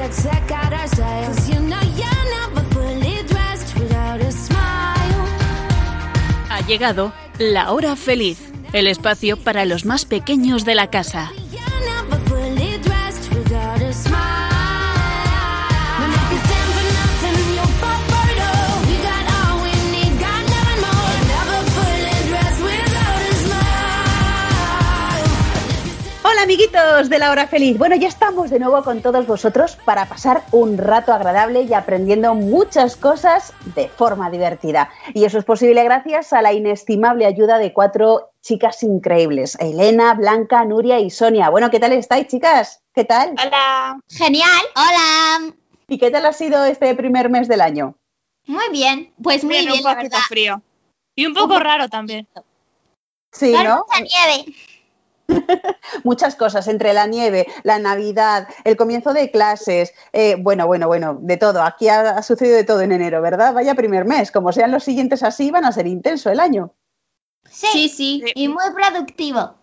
Ha llegado La Hora Feliz, el espacio para los más pequeños de la casa. Hola amiguitos de La Hora Feliz. Bueno, ya estamos de nuevo con todos vosotros para pasar un rato agradable y aprendiendo muchas cosas de forma divertida. Y eso es posible gracias a la inestimable ayuda de 4 chicas increíbles: Elena, Blanca, Nuria y Sonia. Bueno, ¿qué tal estáis, chicas? ¿Qué tal? Hola. Genial. Hola. ¿Y qué tal ha sido este primer mes del año? Muy bien. Pues muy bien, un poquito frío. Y un poco raro también. Sí, claro, ¿no? Mucha nieve. Muchas cosas, entre la nieve, la Navidad, el comienzo de clases, bueno, de todo. Aquí ha sucedido de todo en enero, ¿verdad? Vaya primer mes. Como sean los siguientes así, van a ser intenso el año. Sí. Y muy productivo.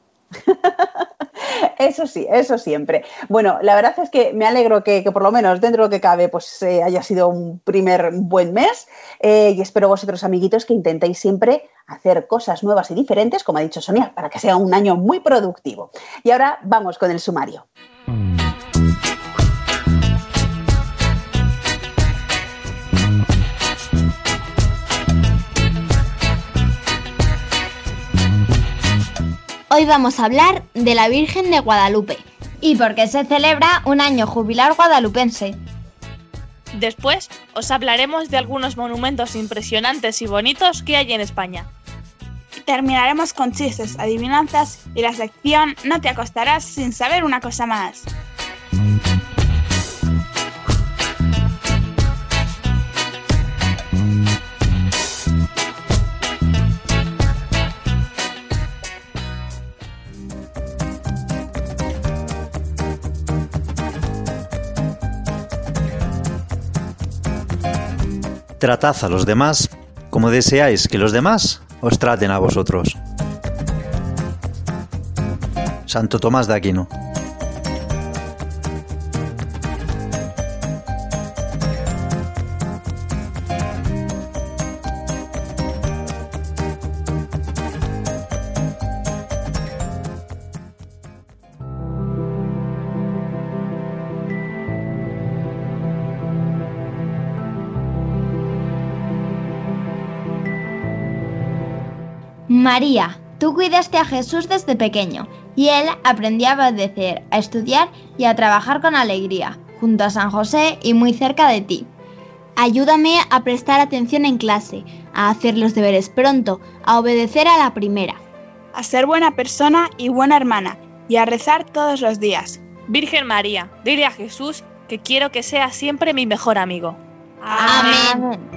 Eso sí, eso siempre. Bueno, la verdad es que me alegro que por lo menos dentro de lo que cabe pues haya sido un primer buen mes y espero vosotros, amiguitos, que intentéis siempre hacer cosas nuevas y diferentes, como ha dicho Sonia, para que sea un año muy productivo. Y ahora vamos con el sumario. Hoy vamos a hablar de la Virgen de Guadalupe y por qué se celebra un año jubilar guadalupense. Después os hablaremos de algunos monumentos impresionantes y bonitos que hay en España. Terminaremos con chistes, adivinanzas y la sección No te acostarás sin saber una cosa más. Tratad a los demás como deseáis que los demás os traten a vosotros. Santo Tomás de Aquino. María, tú cuidaste a Jesús desde pequeño y él aprendió a obedecer, a estudiar y a trabajar con alegría, junto a San José y muy cerca de ti. Ayúdame a prestar atención en clase, a hacer los deberes pronto, a obedecer a la primera. A ser buena persona y buena hermana y a rezar todos los días. Virgen María, dile a Jesús que quiero que sea siempre mi mejor amigo. Amén.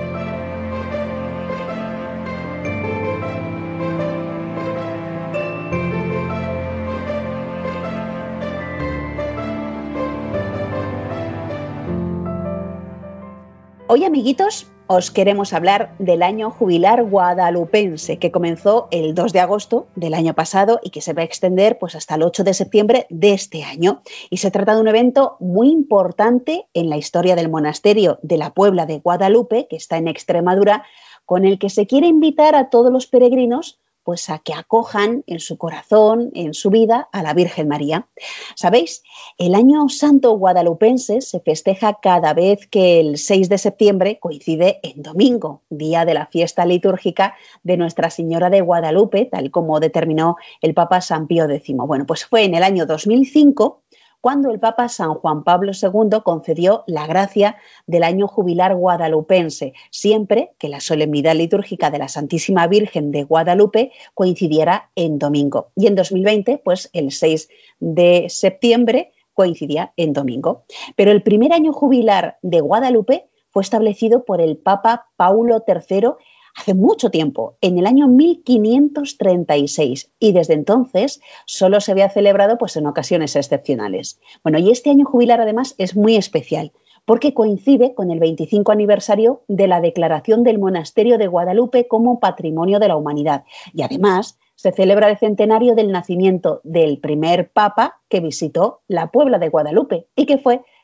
Hoy, amiguitos, os queremos hablar del año jubilar guadalupense, que comenzó el 2 de agosto del año pasado y que se va a extender pues, hasta el 8 de septiembre de este año. Y se trata de un evento muy importante en la historia del monasterio de la Puebla de Guadalupe, que está en Extremadura, con el que se quiere invitar a todos los peregrinos pues a que acojan en su corazón, en su vida, a la Virgen María. ¿Sabéis? El Año Santo Guadalupense se festeja cada vez que el 6 de septiembre coincide en domingo, día de la fiesta litúrgica de Nuestra Señora de Guadalupe, tal como determinó el Papa San Pío X. Bueno, pues fue en el año 2005 cuando el Papa San Juan Pablo II concedió la gracia del año jubilar guadalupense, siempre que la solemnidad litúrgica de la Santísima Virgen de Guadalupe coincidiera en domingo. Y en 2020, pues el 6 de septiembre coincidía en domingo. Pero el primer año jubilar de Guadalupe fue establecido por el Papa Paulo III hace mucho tiempo, en el año 1536, y desde entonces solo se había celebrado pues, en ocasiones excepcionales. Bueno, y este año jubilar además es muy especial, porque coincide con el 25 aniversario de la declaración del Monasterio de Guadalupe como Patrimonio de la Humanidad. Y además se celebra el centenario del nacimiento del primer Papa que visitó la Puebla de Guadalupe y que fue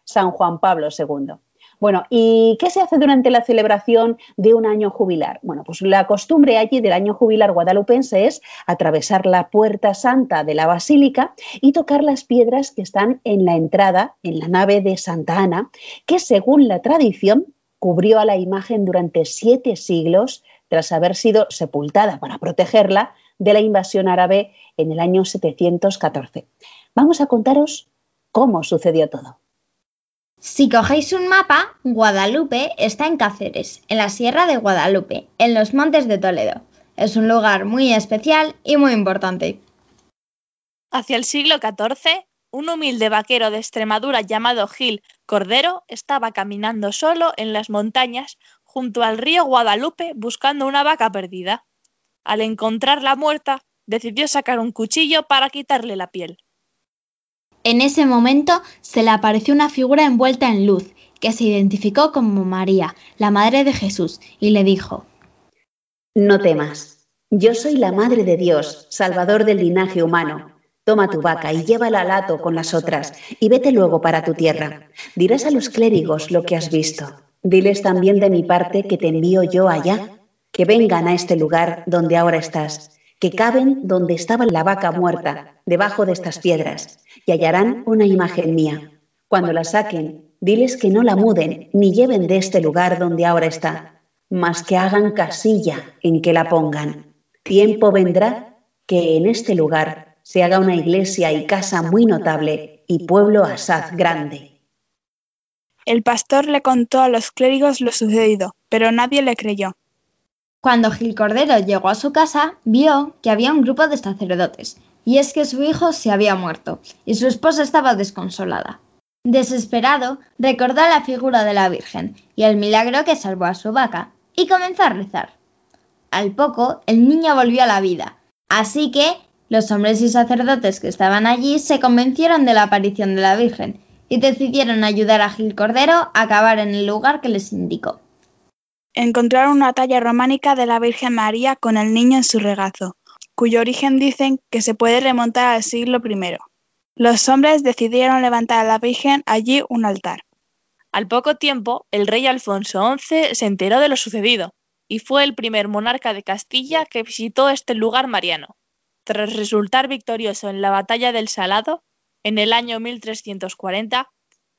San Juan Pablo II. Bueno, ¿y qué se hace durante la celebración de un año jubilar? Bueno, pues la costumbre allí del año jubilar guadalupense es atravesar la puerta santa de la basílica y tocar las piedras que están en la entrada, en la nave de Santa Ana, que según la tradición cubrió a la imagen durante 7 siglos tras haber sido sepultada para protegerla de la invasión árabe en el año 714. Vamos a contaros cómo sucedió todo. Si cogéis un mapa, Guadalupe está en Cáceres, en la Sierra de Guadalupe, en los Montes de Toledo. Es un lugar muy especial y muy importante. Hacia el siglo XIV, un humilde vaquero de Extremadura llamado Gil Cordero estaba caminando solo en las montañas junto al río Guadalupe buscando una vaca perdida. Al encontrarla muerta, decidió sacar un cuchillo para quitarle la piel. En ese momento se le apareció una figura envuelta en luz, que se identificó como María, la madre de Jesús, y le dijo: No temas, yo soy la Madre de Dios, Salvador del linaje humano. Toma tu vaca y llévala al hato con las otras, y vete luego para tu tierra. Dirás a los clérigos lo que has visto. Diles también de mi parte que te envío yo allá, que vengan a este lugar donde ahora estás, que caben donde estaba la vaca muerta, debajo de estas piedras, y hallarán una imagen mía. Cuando la saquen, diles que no la muden ni lleven de este lugar donde ahora está, mas que hagan casilla en que la pongan. Tiempo vendrá que en este lugar se haga una iglesia y casa muy notable y pueblo asaz grande. El pastor le contó a los clérigos lo sucedido, pero nadie le creyó. Cuando Gil Cordero llegó a su casa, vio que había un grupo de sacerdotes, y es que su hijo se había muerto, y su esposa estaba desconsolada. Desesperado, recordó la figura de la Virgen y el milagro que salvó a su vaca, y comenzó a rezar. Al poco, el niño volvió a la vida, así que los hombres y sacerdotes que estaban allí se convencieron de la aparición de la Virgen, y decidieron ayudar a Gil Cordero a acabar en el lugar que les indicó. Encontraron una talla románica de la Virgen María con el niño en su regazo, cuyo origen dicen que se puede remontar al siglo I. Los hombres decidieron levantar a la Virgen allí un altar. Al poco tiempo, el rey Alfonso XI se enteró de lo sucedido y fue el primer monarca de Castilla que visitó este lugar mariano. Tras resultar victorioso en la batalla del Salado, en el año 1340,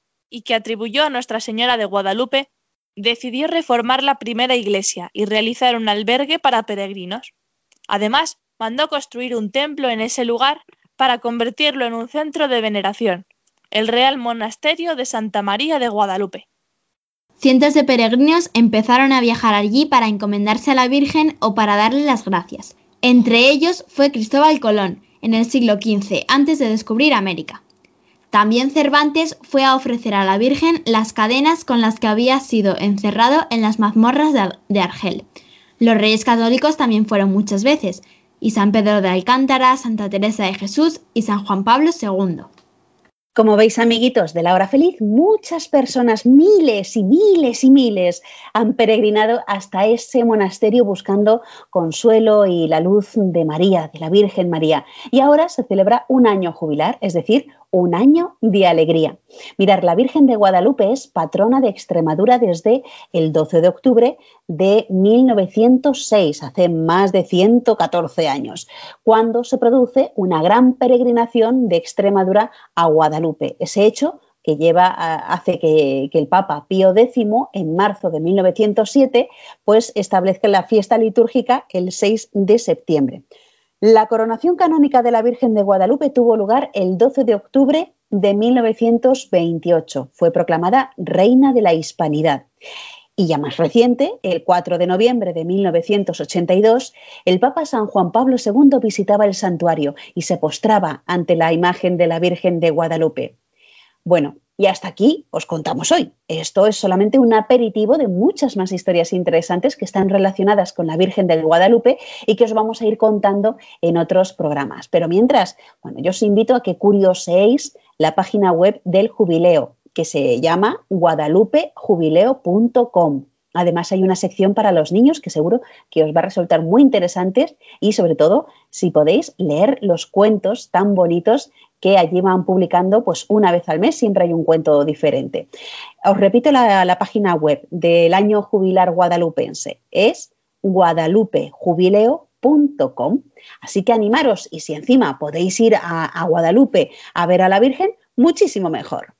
y que atribuyó a Nuestra Señora de Guadalupe, decidió reformar la primera iglesia y realizar un albergue para peregrinos. Además, mandó construir un templo en ese lugar para convertirlo en un centro de veneración, el Real Monasterio de Santa María de Guadalupe. Cientos de peregrinos empezaron a viajar allí para encomendarse a la Virgen o para darle las gracias. Entre ellos fue Cristóbal Colón, en el siglo XV, antes de descubrir América. También Cervantes fue a ofrecer a la Virgen las cadenas con las que había sido encerrado en las mazmorras de Argel. Los reyes católicos también fueron muchas veces, y San Pedro de Alcántara, Santa Teresa de Jesús y San Juan Pablo II. Como veis, amiguitos de La Hora Feliz, muchas personas, miles y miles y miles, han peregrinado hasta ese monasterio buscando consuelo y la luz de María, de la Virgen María. Y ahora se celebra un año jubilar, es decir, un año de alegría. Mirad, la Virgen de Guadalupe es patrona de Extremadura desde el 12 de octubre de 1906, hace más de 114 años, cuando se produce una gran peregrinación de Extremadura a Guadalupe. Ese hecho que hace que el Papa Pío X, en marzo de 1907, pues establezca la fiesta litúrgica el 6 de septiembre. La coronación canónica de la Virgen de Guadalupe tuvo lugar el 12 de octubre de 1928. Fue proclamada Reina de la Hispanidad. Y ya más reciente, el 4 de noviembre de 1982, el Papa San Juan Pablo II visitaba el santuario y se postraba ante la imagen de la Virgen de Guadalupe. Bueno, y hasta aquí os contamos hoy. Esto es solamente un aperitivo de muchas más historias interesantes que están relacionadas con la Virgen de Guadalupe y que os vamos a ir contando en otros programas. Pero mientras, bueno, yo os invito a que curioseéis la página web del Jubileo, que se llama guadalupejubileo.com. Además hay una sección para los niños que seguro que os va a resultar muy interesantes y sobre todo si podéis leer los cuentos tan bonitos que allí van publicando pues una vez al mes, siempre hay un cuento diferente. Os repito la página web del Año Jubilar Guadalupense, es guadalupejubileo.com. Así que animaros y si encima podéis ir a Guadalupe a ver a la Virgen, muchísimo mejor.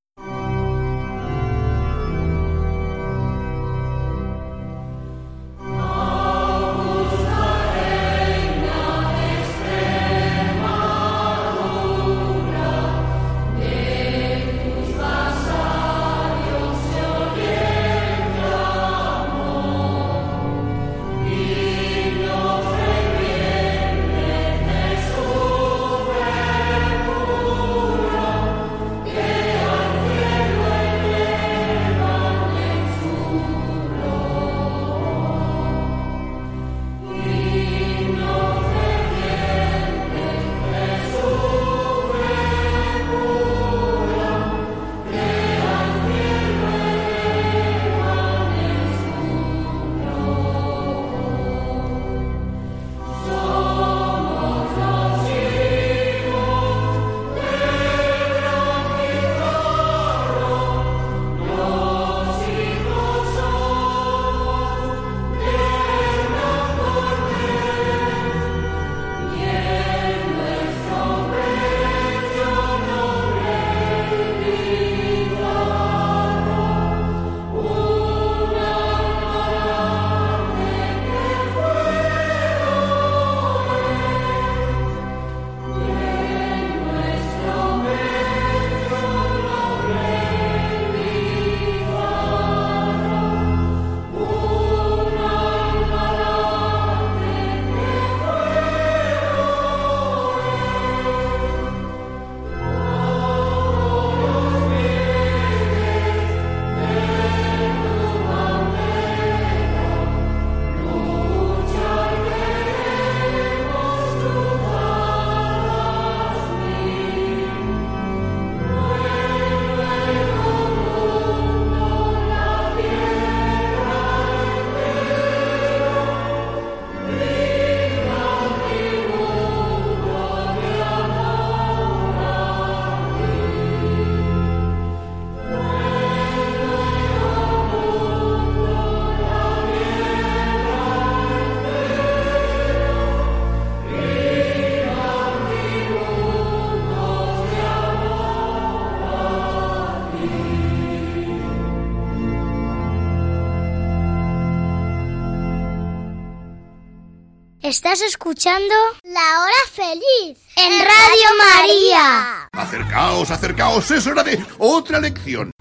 Estás escuchando La Hora Feliz en Radio María. Acercaos, acercaos, es hora de otra lección.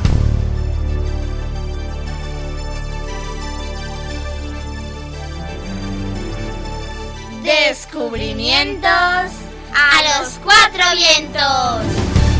Descubrimientos a los cuatro vientos.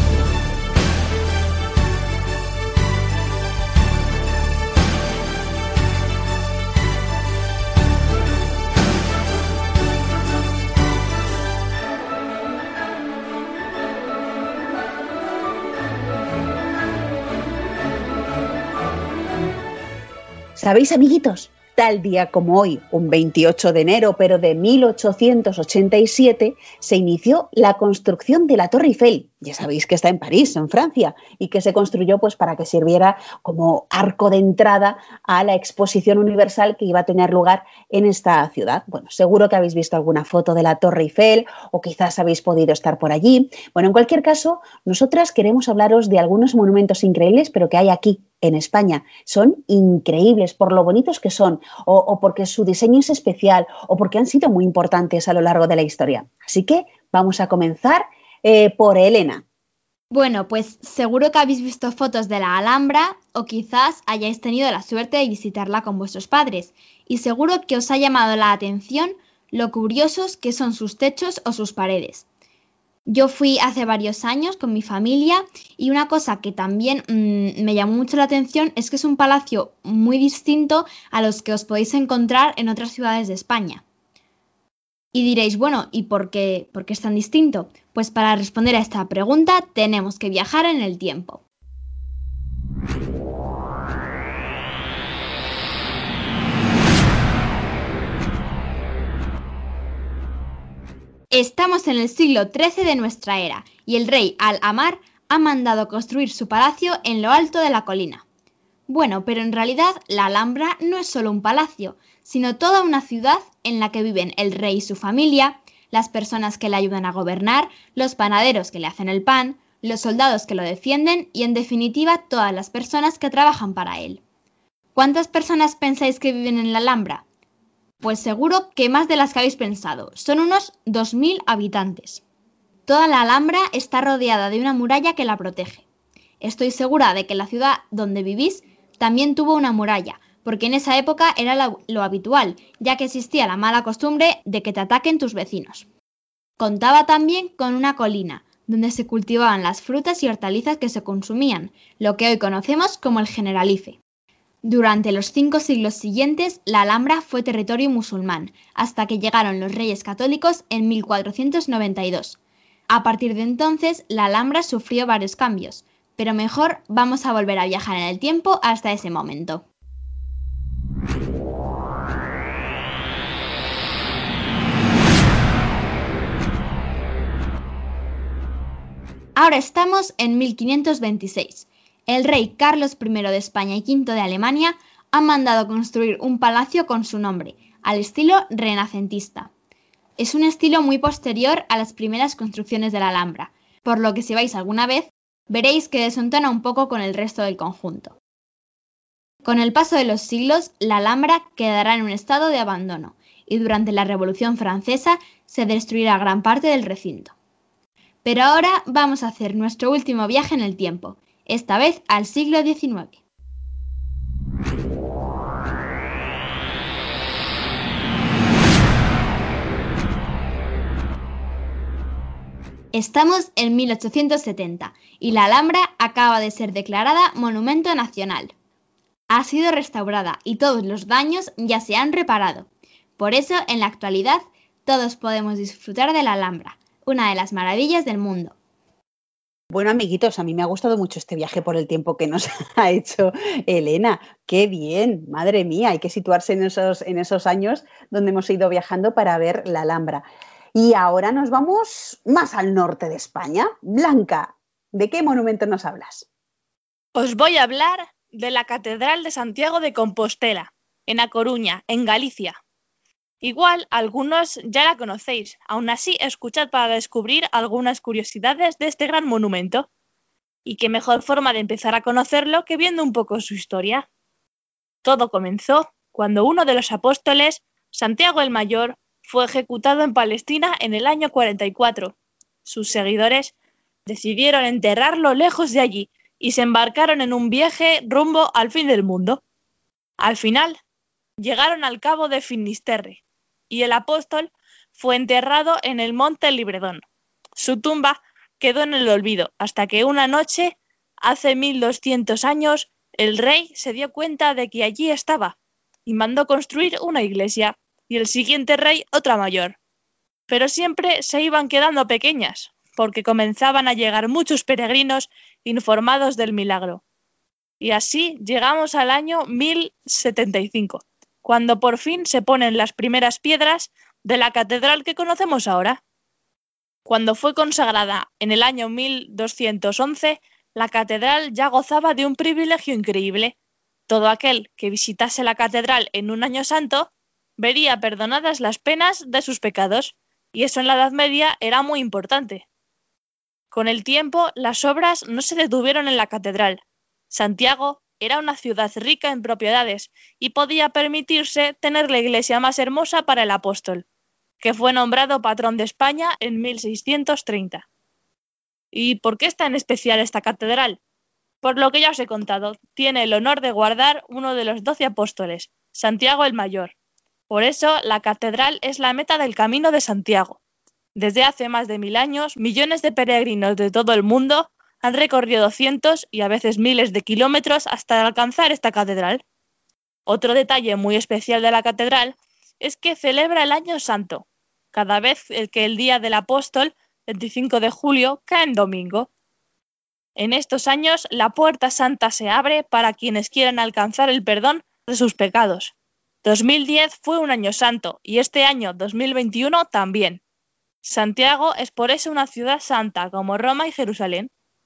¿Sabéis, amiguitos? Tal día como hoy, un 28 de enero, pero de 1887, se inició la construcción de la Torre Eiffel. Ya sabéis que está en París, en Francia, y que se construyó pues para que sirviera como arco de entrada a la exposición universal que iba a tener lugar en esta ciudad. Bueno, seguro que habéis visto alguna foto de la Torre Eiffel o quizás habéis podido estar por allí. Bueno, en cualquier caso, nosotras queremos hablaros de algunos monumentos increíbles, pero que hay aquí, en España. Son increíbles por lo bonitos que son, o porque su diseño es especial, o porque han sido muy importantes a lo largo de la historia. Así que vamos a comenzar por Elena. Bueno, pues seguro que habéis visto fotos de la Alhambra o quizás hayáis tenido la suerte de visitarla con vuestros padres y seguro que os ha llamado la atención lo curiosos que son sus techos o sus paredes. Yo fui hace varios años con mi familia y una cosa que también me llamó mucho la atención es que es un palacio muy distinto a los que os podéis encontrar en otras ciudades de España. Y diréis, bueno, ¿y por qué es tan distinto? Pues para responder a esta pregunta tenemos que viajar en el tiempo. Estamos en el siglo XIII de nuestra era y el rey Al-Amar ha mandado construir su palacio en lo alto de la colina. Bueno, pero en realidad la Alhambra no es solo un palacio, sino toda una ciudad en la que viven el rey y su familia, las personas que le ayudan a gobernar, los panaderos que le hacen el pan, los soldados que lo defienden y, en definitiva, todas las personas que trabajan para él. ¿Cuántas personas pensáis que viven en la Alhambra? Pues seguro que más de las que habéis pensado. Son unos 2000 habitantes. Toda la Alhambra está rodeada de una muralla que la protege. Estoy segura de que la ciudad donde vivís también tuvo una muralla, porque en esa época era lo habitual, ya que existía la mala costumbre de que te ataquen tus vecinos. Contaba también con una colina, donde se cultivaban las frutas y hortalizas que se consumían, lo que hoy conocemos como el Generalife. Durante los 5 siglos siguientes, la Alhambra fue territorio musulmán, hasta que llegaron los reyes católicos en 1492. A partir de entonces, la Alhambra sufrió varios cambios, pero mejor vamos a volver a viajar en el tiempo hasta ese momento. Ahora estamos en 1526. El rey Carlos I de España y V de Alemania han mandado construir un palacio con su nombre, al estilo renacentista. Es un estilo muy posterior a las primeras construcciones de la Alhambra, por lo que si vais alguna vez, veréis que desentona un poco con el resto del conjunto. Con el paso de los siglos, la Alhambra quedará en un estado de abandono, y durante la Revolución Francesa se destruirá gran parte del recinto. Pero ahora vamos a hacer nuestro último viaje en el tiempo, esta vez al siglo XIX. Estamos en 1870 y la Alhambra acaba de ser declarada Monumento Nacional. Ha sido restaurada y todos los daños ya se han reparado. Por eso, en la actualidad, todos podemos disfrutar de la Alhambra, una de las maravillas del mundo. Bueno, amiguitos, a mí me ha gustado mucho este viaje por el tiempo que nos ha hecho Elena. ¡Qué bien! Madre mía, hay que situarse en esos años donde hemos ido viajando para ver la Alhambra. Y ahora nos vamos más al norte de España. Blanca, ¿de qué monumento nos hablas? Os voy a hablar de la Catedral de Santiago de Compostela, en A Coruña, en Galicia. Igual algunos ya la conocéis, aún así escuchad para descubrir algunas curiosidades de este gran monumento. Y qué mejor forma de empezar a conocerlo que viendo un poco su historia. Todo comenzó cuando uno de los apóstoles, Santiago el Mayor, fue ejecutado en Palestina en el año 44. Sus seguidores decidieron enterrarlo lejos de allí y se embarcaron en un viaje rumbo al fin del mundo. Al final, llegaron al cabo de Finisterre y el apóstol fue enterrado en el monte Libredón. Su tumba quedó en el olvido hasta que una noche, hace 1200 años, el rey se dio cuenta de que allí estaba y mandó construir una iglesia y el siguiente rey otra mayor. Pero siempre se iban quedando pequeñas, porque comenzaban a llegar muchos peregrinos informados del milagro. Y así llegamos al año 1075, cuando por fin se ponen las primeras piedras de la catedral que conocemos ahora. Cuando fue consagrada en el año 1211, la catedral ya gozaba de un privilegio increíble. Todo aquel que visitase la catedral en un año santo vería perdonadas las penas de sus pecados, y eso en la Edad Media era muy importante. Con el tiempo, las obras no se detuvieron en la catedral. Santiago era una ciudad rica en propiedades y podía permitirse tener la iglesia más hermosa para el apóstol, que fue nombrado patrón de España en 1630. ¿Y por qué es tan especial esta catedral? Por lo que ya os he contado, tiene el honor de guardar uno de los 12 apóstoles, Santiago el Mayor. Por eso, la catedral es la meta del Camino de Santiago. Desde hace más de 1000 años, millones de peregrinos de todo el mundo han recorrido cientos y a veces miles de kilómetros hasta alcanzar esta catedral. Otro detalle muy especial de la catedral es que celebra el Año Santo, cada vez que el Día del Apóstol, 25 de julio, cae en domingo. En estos años, la Puerta Santa se abre para quienes quieran alcanzar el perdón de sus pecados. 2010 fue un año santo y este año 2021 también. Santiago es por eso una ciudad santa, como Roma y Jerusalén.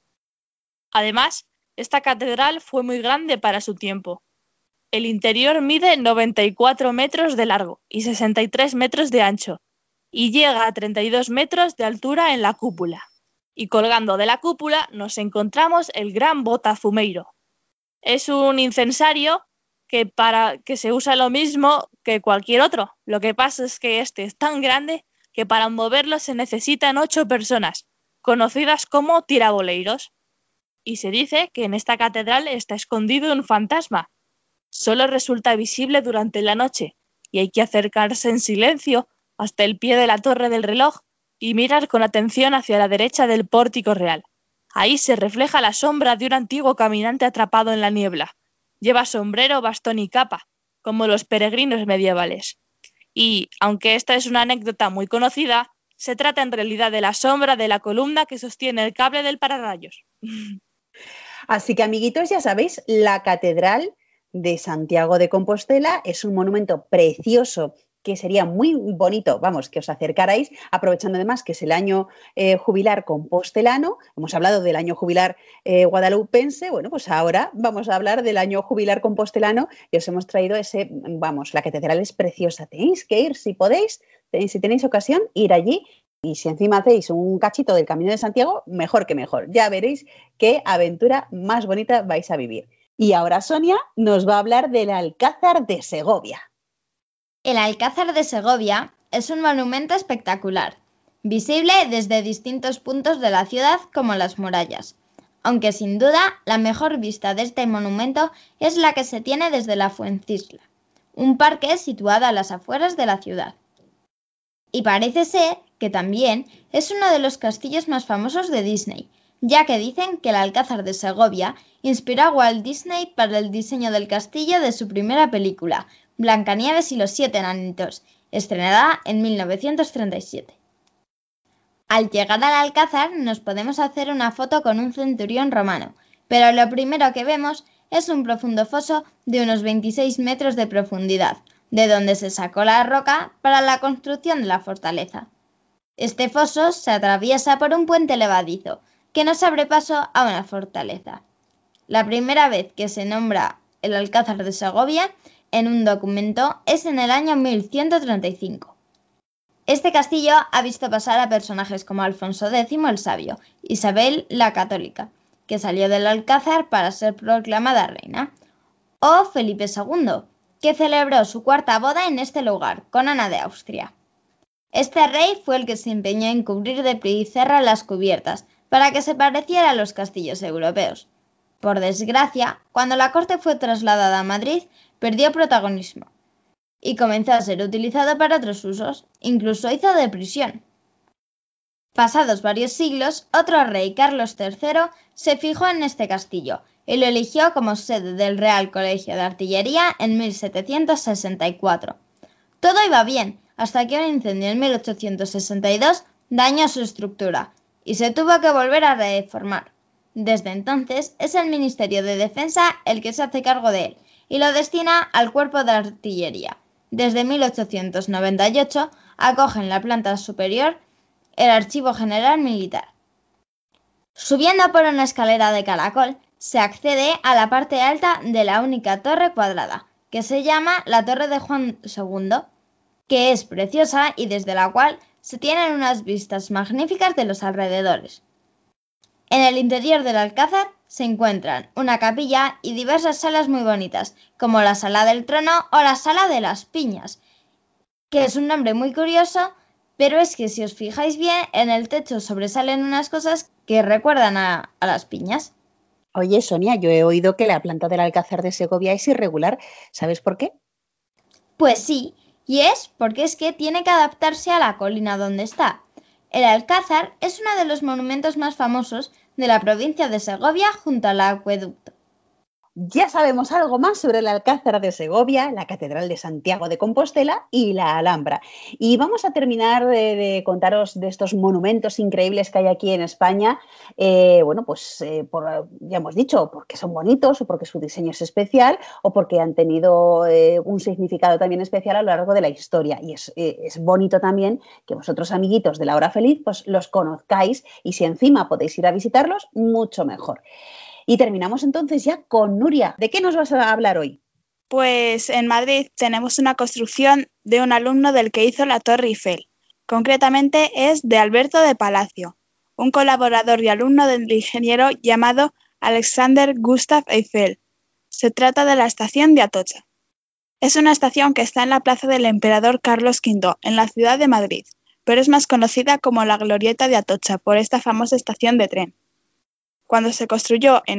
Además, esta catedral fue muy grande para su tiempo. El interior mide 94 metros de largo y 63 metros de ancho, y llega a 32 metros de altura en la cúpula. Y colgando de la cúpula nos encontramos el Gran Botafumeiro. Es un incensario que se usa lo mismo que cualquier otro. Lo que pasa es que este es tan grande que para moverlo se necesitan 8 personas, conocidas como tiraboleiros. Y se dice que en esta catedral está escondido un fantasma. Solo resulta visible durante la noche y hay que acercarse en silencio hasta el pie de la torre del reloj y mirar con atención hacia la derecha del pórtico real. Ahí se refleja la sombra de un antiguo caminante atrapado en la niebla. Lleva sombrero, bastón y capa, como los peregrinos medievales. Y, aunque esta es una anécdota muy conocida, se trata en realidad de la sombra de la columna que sostiene el cable del pararrayos. Así que, amiguitos, ya sabéis, la Catedral de Santiago de Compostela es un monumento precioso que sería muy bonito, vamos, que os acercarais, aprovechando además que es el año jubilar compostelano. Hemos hablado del año jubilar guadalupense, bueno, pues ahora vamos a hablar del año jubilar compostelano y os hemos traído ese, vamos, la catedral es preciosa, tenéis que ir si podéis, si tenéis ocasión, ir allí. Y si encima hacéis un cachito del Camino de Santiago, mejor que mejor. Ya veréis qué aventura más bonita vais a vivir. Y ahora Sonia nos va a hablar del Alcázar de Segovia. El Alcázar de Segovia es un monumento espectacular, visible desde distintos puntos de la ciudad como las murallas, aunque sin duda la mejor vista de este monumento es la que se tiene desde la Fuencisla, un parque situado a las afueras de la ciudad. Y parece ser que también es uno de los castillos más famosos de Disney, ya que dicen que el Alcázar de Segovia inspiró a Walt Disney para el diseño del castillo de su primera película, Blancanieves y los 7 enanitos, estrenada en 1937. Al llegar al Alcázar nos podemos hacer una foto con un centurión romano, pero lo primero que vemos es un profundo foso de unos 26 metros de profundidad, de donde se sacó la roca para la construcción de la fortaleza. Este foso se atraviesa por un puente levadizo, que nos abre paso a una fortaleza. La primera vez que se nombra el Alcázar de Segovia en un documento es en el año 1135. Este castillo ha visto pasar a personajes como Alfonso X el Sabio, Isabel la Católica, que salió del Alcázar para ser proclamada reina, o Felipe II, que celebró su cuarta boda en este lugar, con Ana de Austria. Este rey fue el que se empeñó en cubrir de pizarra las cubiertas, para que se pareciera a los castillos europeos. Por desgracia, cuando la corte fue trasladada a Madrid, perdió protagonismo y comenzó a ser utilizado para otros usos, incluso hizo de prisión. Pasados varios siglos, otro rey, Carlos III, se fijó en este castillo y lo eligió como sede del Real Colegio de Artillería en 1764. Todo iba bien, hasta que un incendio en 1862 dañó su estructura y se tuvo que volver a reformar. Desde entonces es el Ministerio de Defensa el que se hace cargo de él y lo destina al Cuerpo de Artillería. Desde 1898 acoge en la planta superior el Archivo General Militar. Subiendo por una escalera de caracol, se accede a la parte alta de la única torre cuadrada, que se llama la Torre de Juan II, que es preciosa y desde la cual se tienen unas vistas magníficas de los alrededores. En el interior del Alcázar se encuentran una capilla y diversas salas muy bonitas, como la Sala del Trono o la Sala de las Piñas, que es un nombre muy curioso, pero es que si os fijáis bien, en el techo sobresalen unas cosas que recuerdan a las piñas. Oye, Sonia, yo he oído que la planta del Alcázar de Segovia es irregular. ¿Sabes por qué? Pues sí, y es porque es que tiene que adaptarse a la colina donde está. El Alcázar es uno de los monumentos más famosos de la provincia de Segovia junto al acueducto. Ya sabemos algo más sobre el Alcázar de Segovia, la Catedral de Santiago de Compostela y la Alhambra. Y vamos a terminar de contaros de estos monumentos increíbles que hay aquí en España. Ya hemos dicho, porque son bonitos o porque su diseño es especial o porque han tenido un significado también especial a lo largo de la historia. Y es bonito también que vosotros, amiguitos de La Hora Feliz, pues los conozcáis y si encima podéis ir a visitarlos, mucho mejor. Y terminamos entonces ya con Nuria. ¿De qué nos vas a hablar hoy? Pues en Madrid tenemos una construcción de un alumno del que hizo la Torre Eiffel. Concretamente es de Alberto de Palacio, un colaborador y alumno del ingeniero llamado Alexander Gustav Eiffel. Se trata de la estación de Atocha. Es una estación que está en la plaza del Emperador Carlos V, en la ciudad de Madrid, pero es más conocida como la Glorieta de Atocha por esta famosa estación de tren. Cuando se construyó en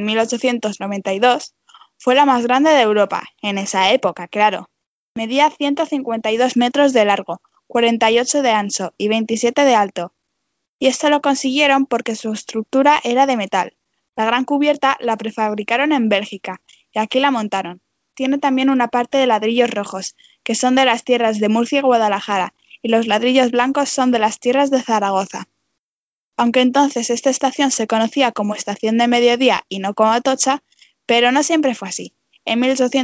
1892, fue la más grande de Europa, en esa época, claro. Medía 152 metros de largo, 48 de ancho y 27 de alto. Y esto lo consiguieron porque su estructura era de metal. La gran cubierta la prefabricaron en Bélgica y aquí la montaron. Tiene también una parte de ladrillos rojos, que son de las tierras de Murcia y Guadalajara, y los ladrillos blancos son de las tierras de Zaragoza. Aunque entonces esta estación se conocía como Estación de Mediodía y no como Atocha, pero no siempre fue así. En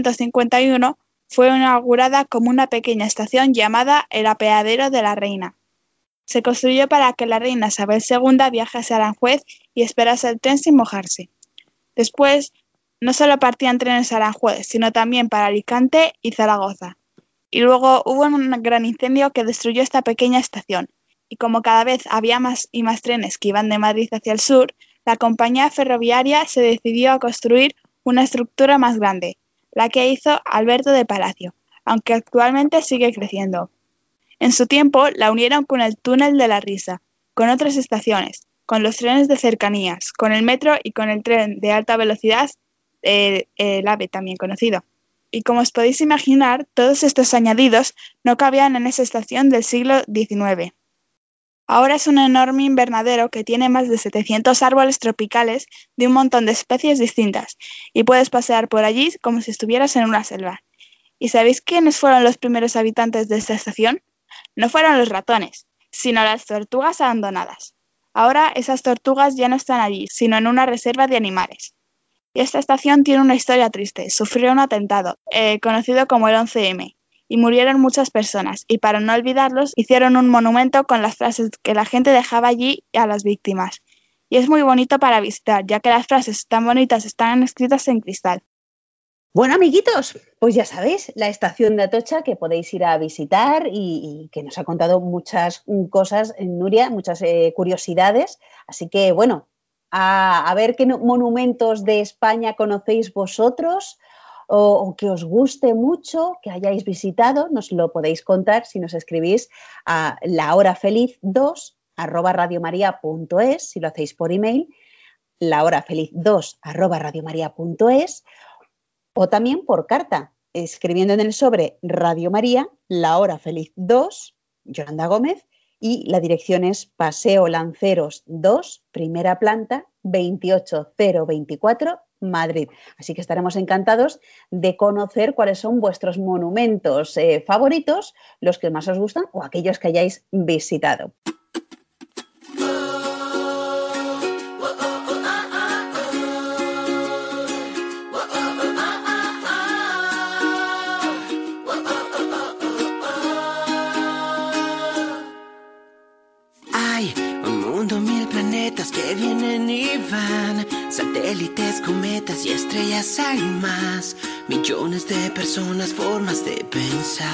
1851 fue inaugurada como una pequeña estación llamada el Apeadero de la Reina. Se construyó para que la reina Isabel II viajase a Aranjuez y esperase el tren sin mojarse. Después, no solo partían trenes a Aranjuez, sino también para Alicante y Zaragoza. Y luego hubo un gran incendio que destruyó esta pequeña estación. Y como cada vez había más y más trenes que iban de Madrid hacia el sur, la compañía ferroviaria se decidió a construir una estructura más grande, la que hizo Alberto de Palacio, aunque actualmente sigue creciendo. En su tiempo la unieron con el túnel de la Risa, con otras estaciones, con los trenes de cercanías, con el metro y con el tren de alta velocidad, el AVE también conocido. Y como os podéis imaginar, todos estos añadidos no cabían en esa estación del siglo XIX. Ahora es un enorme invernadero que tiene más de 700 árboles tropicales de un montón de especies distintas y puedes pasear por allí como si estuvieras en una selva. ¿Y sabéis quiénes fueron los primeros habitantes de esta estación? No fueron los ratones, sino las tortugas abandonadas. Ahora esas tortugas ya no están allí, sino en una reserva de animales. Y esta estación tiene una historia triste. Sufrió un atentado, conocido como el 11M. Y murieron muchas personas, y para no olvidarlos, hicieron un monumento con las frases que la gente dejaba allí a las víctimas. Y es muy bonito para visitar, ya que las frases tan bonitas están escritas en cristal. Bueno, amiguitos, pues ya sabéis, la estación de Atocha que podéis ir a visitar y que nos ha contado muchas cosas, Nuria, muchas curiosidades. Así que, bueno, a ver qué monumentos de España conocéis vosotros, o que os guste mucho, que hayáis visitado, nos lo podéis contar si nos escribís a lahorafeliz2@radiomaria.es, si lo hacéis por email, lahorafeliz2@radiomaria.es, o también por carta, escribiendo en el sobre Radio María, La Hora Feliz 2, Yolanda Gómez, y la dirección es Paseo Lanceros 2, primera planta, 28024, Madrid. Así que estaremos encantados de conocer cuáles son vuestros monumentos favoritos, los que más os gustan o aquellos que hayáis visitado. Hay un mundo, mil planetas que vienen y van, satélites, cometas y estrellas hay más, millones de personas, formas de pensar.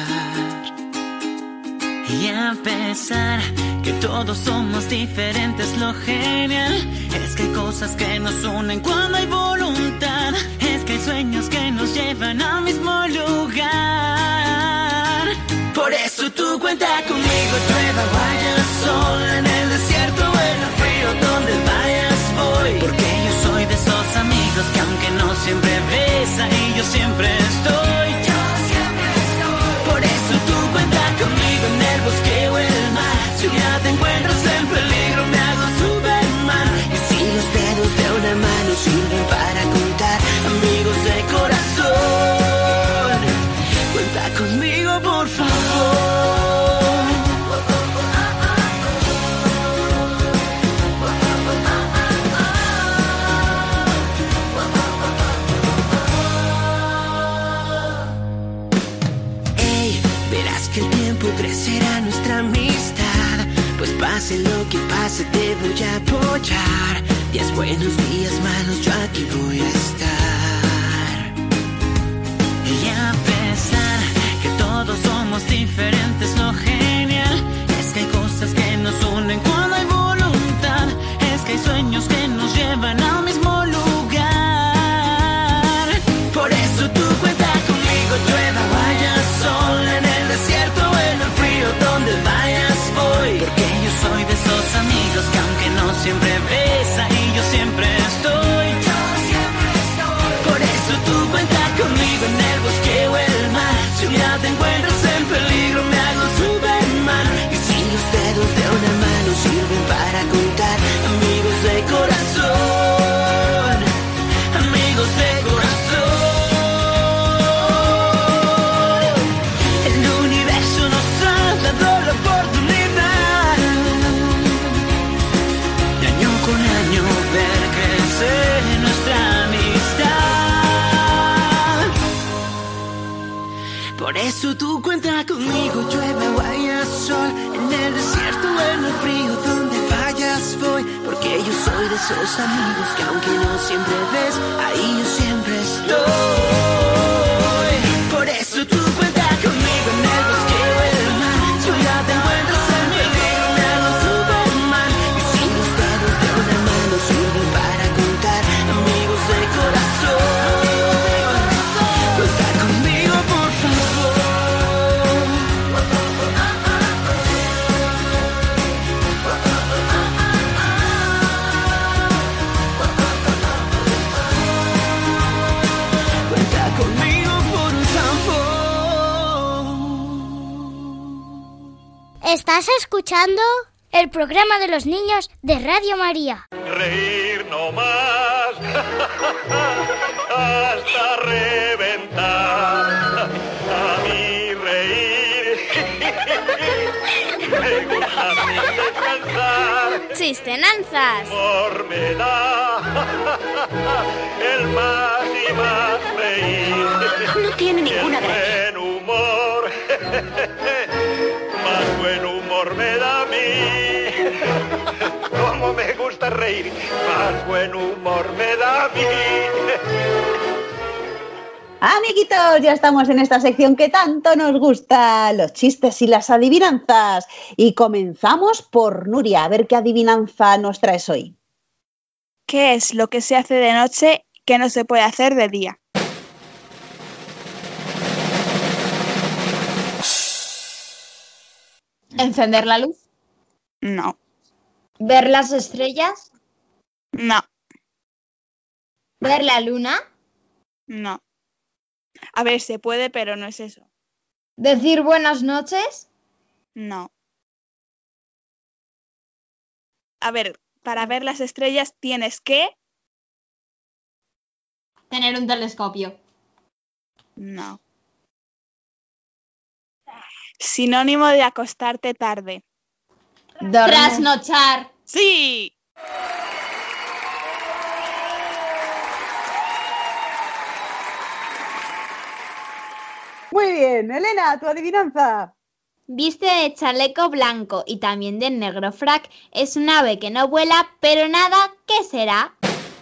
Y a pesar que todos somos diferentes, lo genial es que hay cosas que nos unen cuando hay voluntad, es que hay sueños que nos llevan al mismo lugar. Por eso tú cuenta conmigo, llueva, vaya sol, en el desierto o en el frío, donde vayas voy. Porque yo soy de esos amigos que aunque no siempre ves, ahí yo siempre estoy. Por eso tú cuenta conmigo en el bosque o en el mar. Si un día te encuentras en peligro me hago Superman. Y si los dedos de una mano sirven para contar, amigos voy a apoyar. 10 buenos días malos, yo aquí voy a estar. Y a pesar que todos somos diferentes, lo genial es que hay cosas que nos unen cuando hay voluntad. Es que hay sueños que nos llevan al mismo lugar. Por eso tú cuenta conmigo, llueva, vaya sol, en el desierto o en el frío, donde vayas voy. Porque yo soy de esos amigos que aunque no siempre ves, ahí yo siempre estoy. Por eso tú cuenta conmigo en el bosque o el mar. Si un día te encuentras en peligro, me hago Superman. Y si los dedos de una mano sirven para contar, amigos de corazón, amigos de corazón. El universo nos ha dado la oportunidad de año con año ver crecer nuestra amistad. Por eso tú cuenta conmigo, llueva o haya sol, en el desierto o en el frío, donde vayas voy. Porque yo soy de esos amigos que aunque no siempre ves, ahí yo siempre estoy. Por eso tú cuenta conmigo en el bosque o el mar. Si un día te encuentras en peligro, me hago Superman. Y si los dedos de una mano sirven para contar, amigos de corazón, cuenta conmigo por favor. Cuenta conmigo por favor. ¿Estás escuchando el programa de los niños de Radio María? Reír no más hasta reventar. A mí reír me gusta sin descansar. ¡Chistenanzas! Humor me da el más y más reír. No tiene ninguna gracia. Buen humor, más buen humor me da a mí. Cómo me gusta reír, más buen humor me da a mí. Amiguitos, ya estamos en esta sección que tanto nos gusta, los chistes y las adivinanzas. Y comenzamos por Nuria, a ver qué adivinanza nos traes hoy. ¿Qué es lo que se hace de noche que no se puede hacer de día? ¿Encender la luz? No. ¿Ver las estrellas? No. ¿Ver la luna? No. A ver, se puede, pero no es eso. ¿Decir buenas noches? No. A ver, para ver las estrellas tienes que... Tener un telescopio. No. Sinónimo de acostarte tarde. Trasnochar. ¡Sí! Muy bien, Elena, tu adivinanza. Viste de chaleco blanco y también de negro frac. Es un ave que no vuela, pero nada, ¿qué será?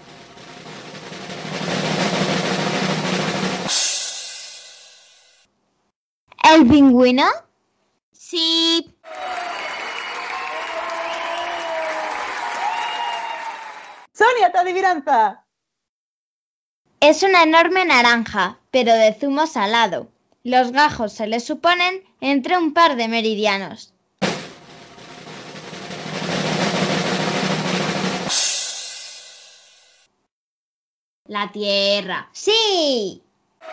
¿El pingüino? Sí. Sonia, tu adivinanza. Es una enorme naranja, pero de zumo salado. Los gajos se le suponen entre un par de meridianos. La Tierra. ¡Sí!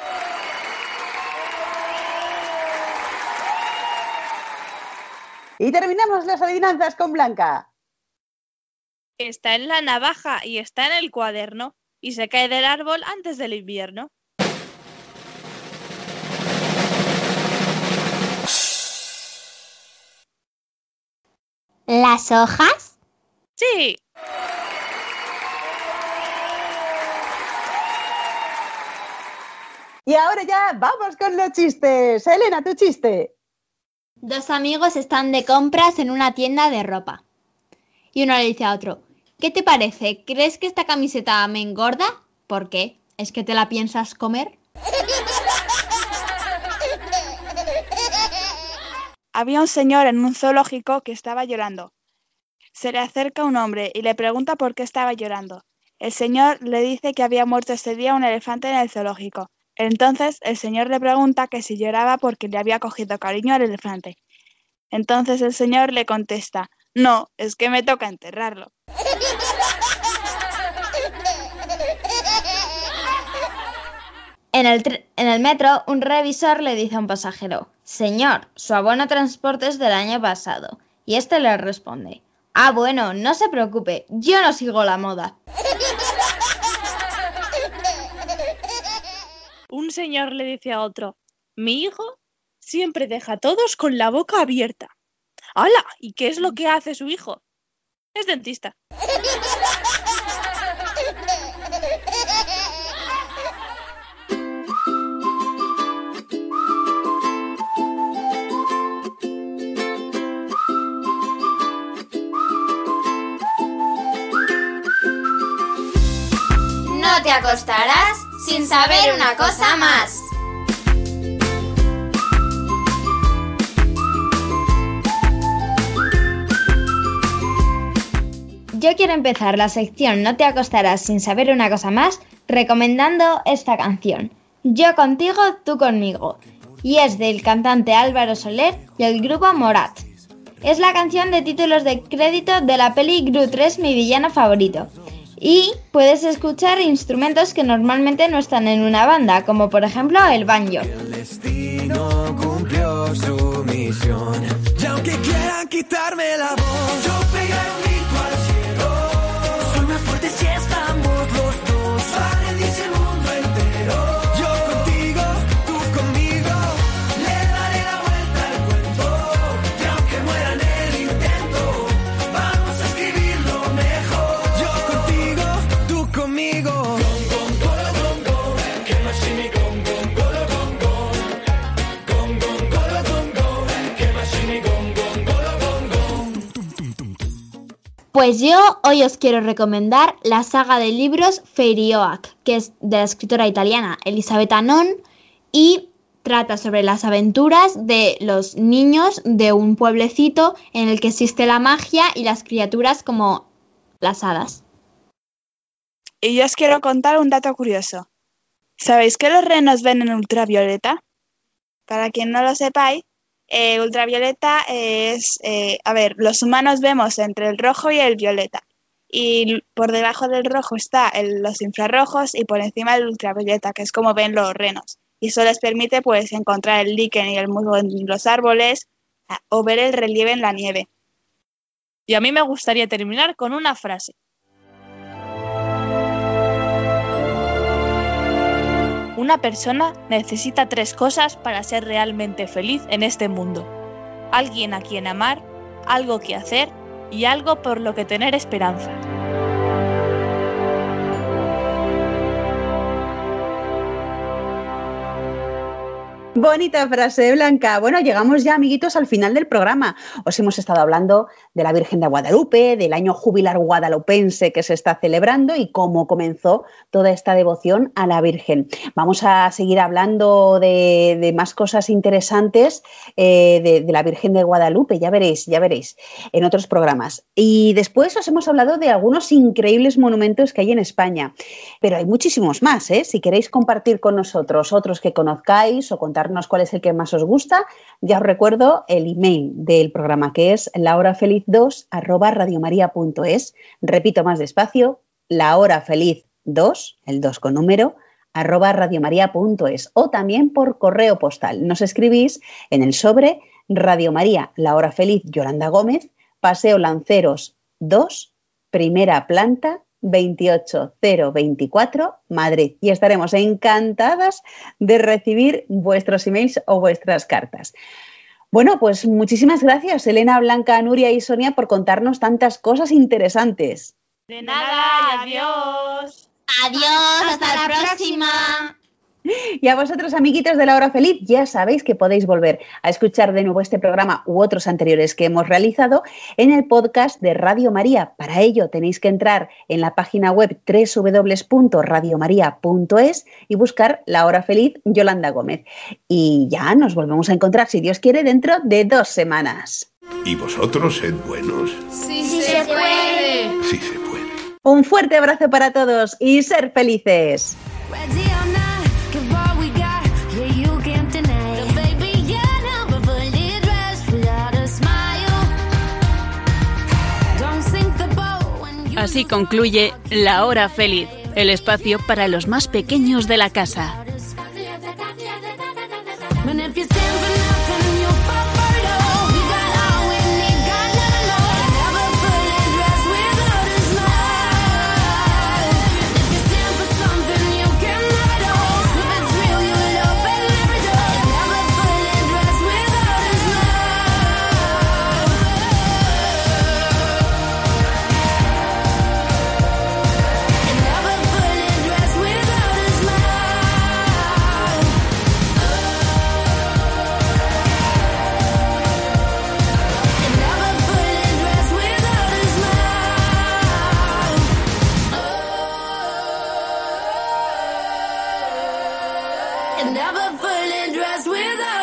Y terminamos las adivinanzas con Blanca. Está en la navaja y está en el cuaderno y se cae del árbol antes del invierno. ¿Las hojas? Sí. Y ahora ya vamos con los chistes. Elena, tu chiste. Dos amigos están de compras en una tienda de ropa y uno le dice a otro: ¿qué te parece? ¿Crees que esta camiseta me engorda? ¿Por qué? ¿Es que te la piensas comer? Había un señor en un zoológico que estaba llorando. Se le acerca un hombre y le pregunta por qué estaba llorando. El señor le dice que había muerto ese día un elefante en el zoológico. Entonces el señor le pregunta que si lloraba porque le había cogido cariño al elefante. Entonces el señor le contesta: no, es que me toca enterrarlo. En el metro, un revisor le dice a un pasajero: señor, su abono de transporte es del año pasado. Y este le responde: ah, bueno, no se preocupe, yo no sigo la moda. Un señor le dice a otro: mi hijo siempre deja a todos con la boca abierta. ¡Hala! ¿Y qué es lo que hace su hijo? Es dentista. No te acostarás sin saber una cosa más. Yo quiero empezar la sección No te acostarás sin saber una cosa más recomendando esta canción, Yo contigo, tú conmigo, y es del cantante Álvaro Soler y el grupo Morat. Es la canción de títulos de crédito de la peli Gru 3, mi villano favorito. Y puedes escuchar instrumentos que normalmente no están en una banda, como por ejemplo el banjo. El destino cumplió su misión. Y aunque quieran quitarme la voz, yo pegaré un grito al cielo. Soy más fuerte si estamos los dos. Paradis el mundo entero. Yo contigo, tú conmigo. Le daré la vuelta al cuento. Y aunque muera en el intento, vamos a escribirlo mejor. Yo contigo, tú conmigo. Pues yo hoy os quiero recomendar la saga de libros Fairy Oak, que es de la escritora italiana Elisabetta Non y trata sobre las aventuras de los niños de un pueblecito en el que existe la magia y las criaturas como las hadas. Y yo os quiero contar un dato curioso. ¿Sabéis que los renos ven en ultravioleta? Para quien no lo sepáis, ultravioleta es, los humanos vemos entre el rojo y el violeta. Y por debajo del rojo está los infrarrojos y por encima el ultravioleta, que es como ven los renos. Y eso les permite pues encontrar el líquen y el musgo en los árboles o ver el relieve en la nieve. Y a mí me gustaría terminar con una frase. Una persona necesita 3 cosas para ser realmente feliz en este mundo: alguien a quien amar, algo que hacer y algo por lo que tener esperanza. Bonita frase, Blanca. Bueno, llegamos ya, amiguitos, al final del programa. Os hemos estado hablando de la Virgen de Guadalupe, del año jubilar guadalupense que se está celebrando y cómo comenzó toda esta devoción a la Virgen. Vamos a seguir hablando de más cosas interesantes de la Virgen de Guadalupe, ya veréis, en otros programas. Y después os hemos hablado de algunos increíbles monumentos que hay en España, pero hay muchísimos más, ¿eh? Si queréis compartir con nosotros otros que conozcáis o contarnos cuál es el que más os gusta, ya os recuerdo el email del programa, que es lahorafeliz2@radiomaria.es. Repito más despacio, lahorafeliz2, el 2 con número, @radiomaria.es, o también por correo postal. Nos escribís en el sobre Radio María, La Hora Feliz, Yolanda Gómez, Paseo Lanceros 2, primera planta, 28024, Madrid, y estaremos encantadas de recibir vuestros emails o vuestras cartas. Bueno, pues muchísimas gracias, Elena, Blanca, Nuria y Sonia, por contarnos tantas cosas interesantes. De nada, y adiós. Adiós, hasta la próxima. Y a vosotros, amiguitos de La Hora Feliz, ya sabéis que podéis volver a escuchar de nuevo este programa u otros anteriores que hemos realizado en el podcast de Radio María. Para ello tenéis que entrar en la página web www.radiomaria.es y buscar La Hora Feliz Yolanda Gómez. Y ya nos volvemos a encontrar, si Dios quiere, dentro de 2 semanas. ¿Y vosotros sed buenos? Sí se puede. Sí se puede. Un fuerte abrazo para todos y ser felices. Así concluye La Hora Feliz, el espacio para los más pequeños de la casa. Never fully dressed without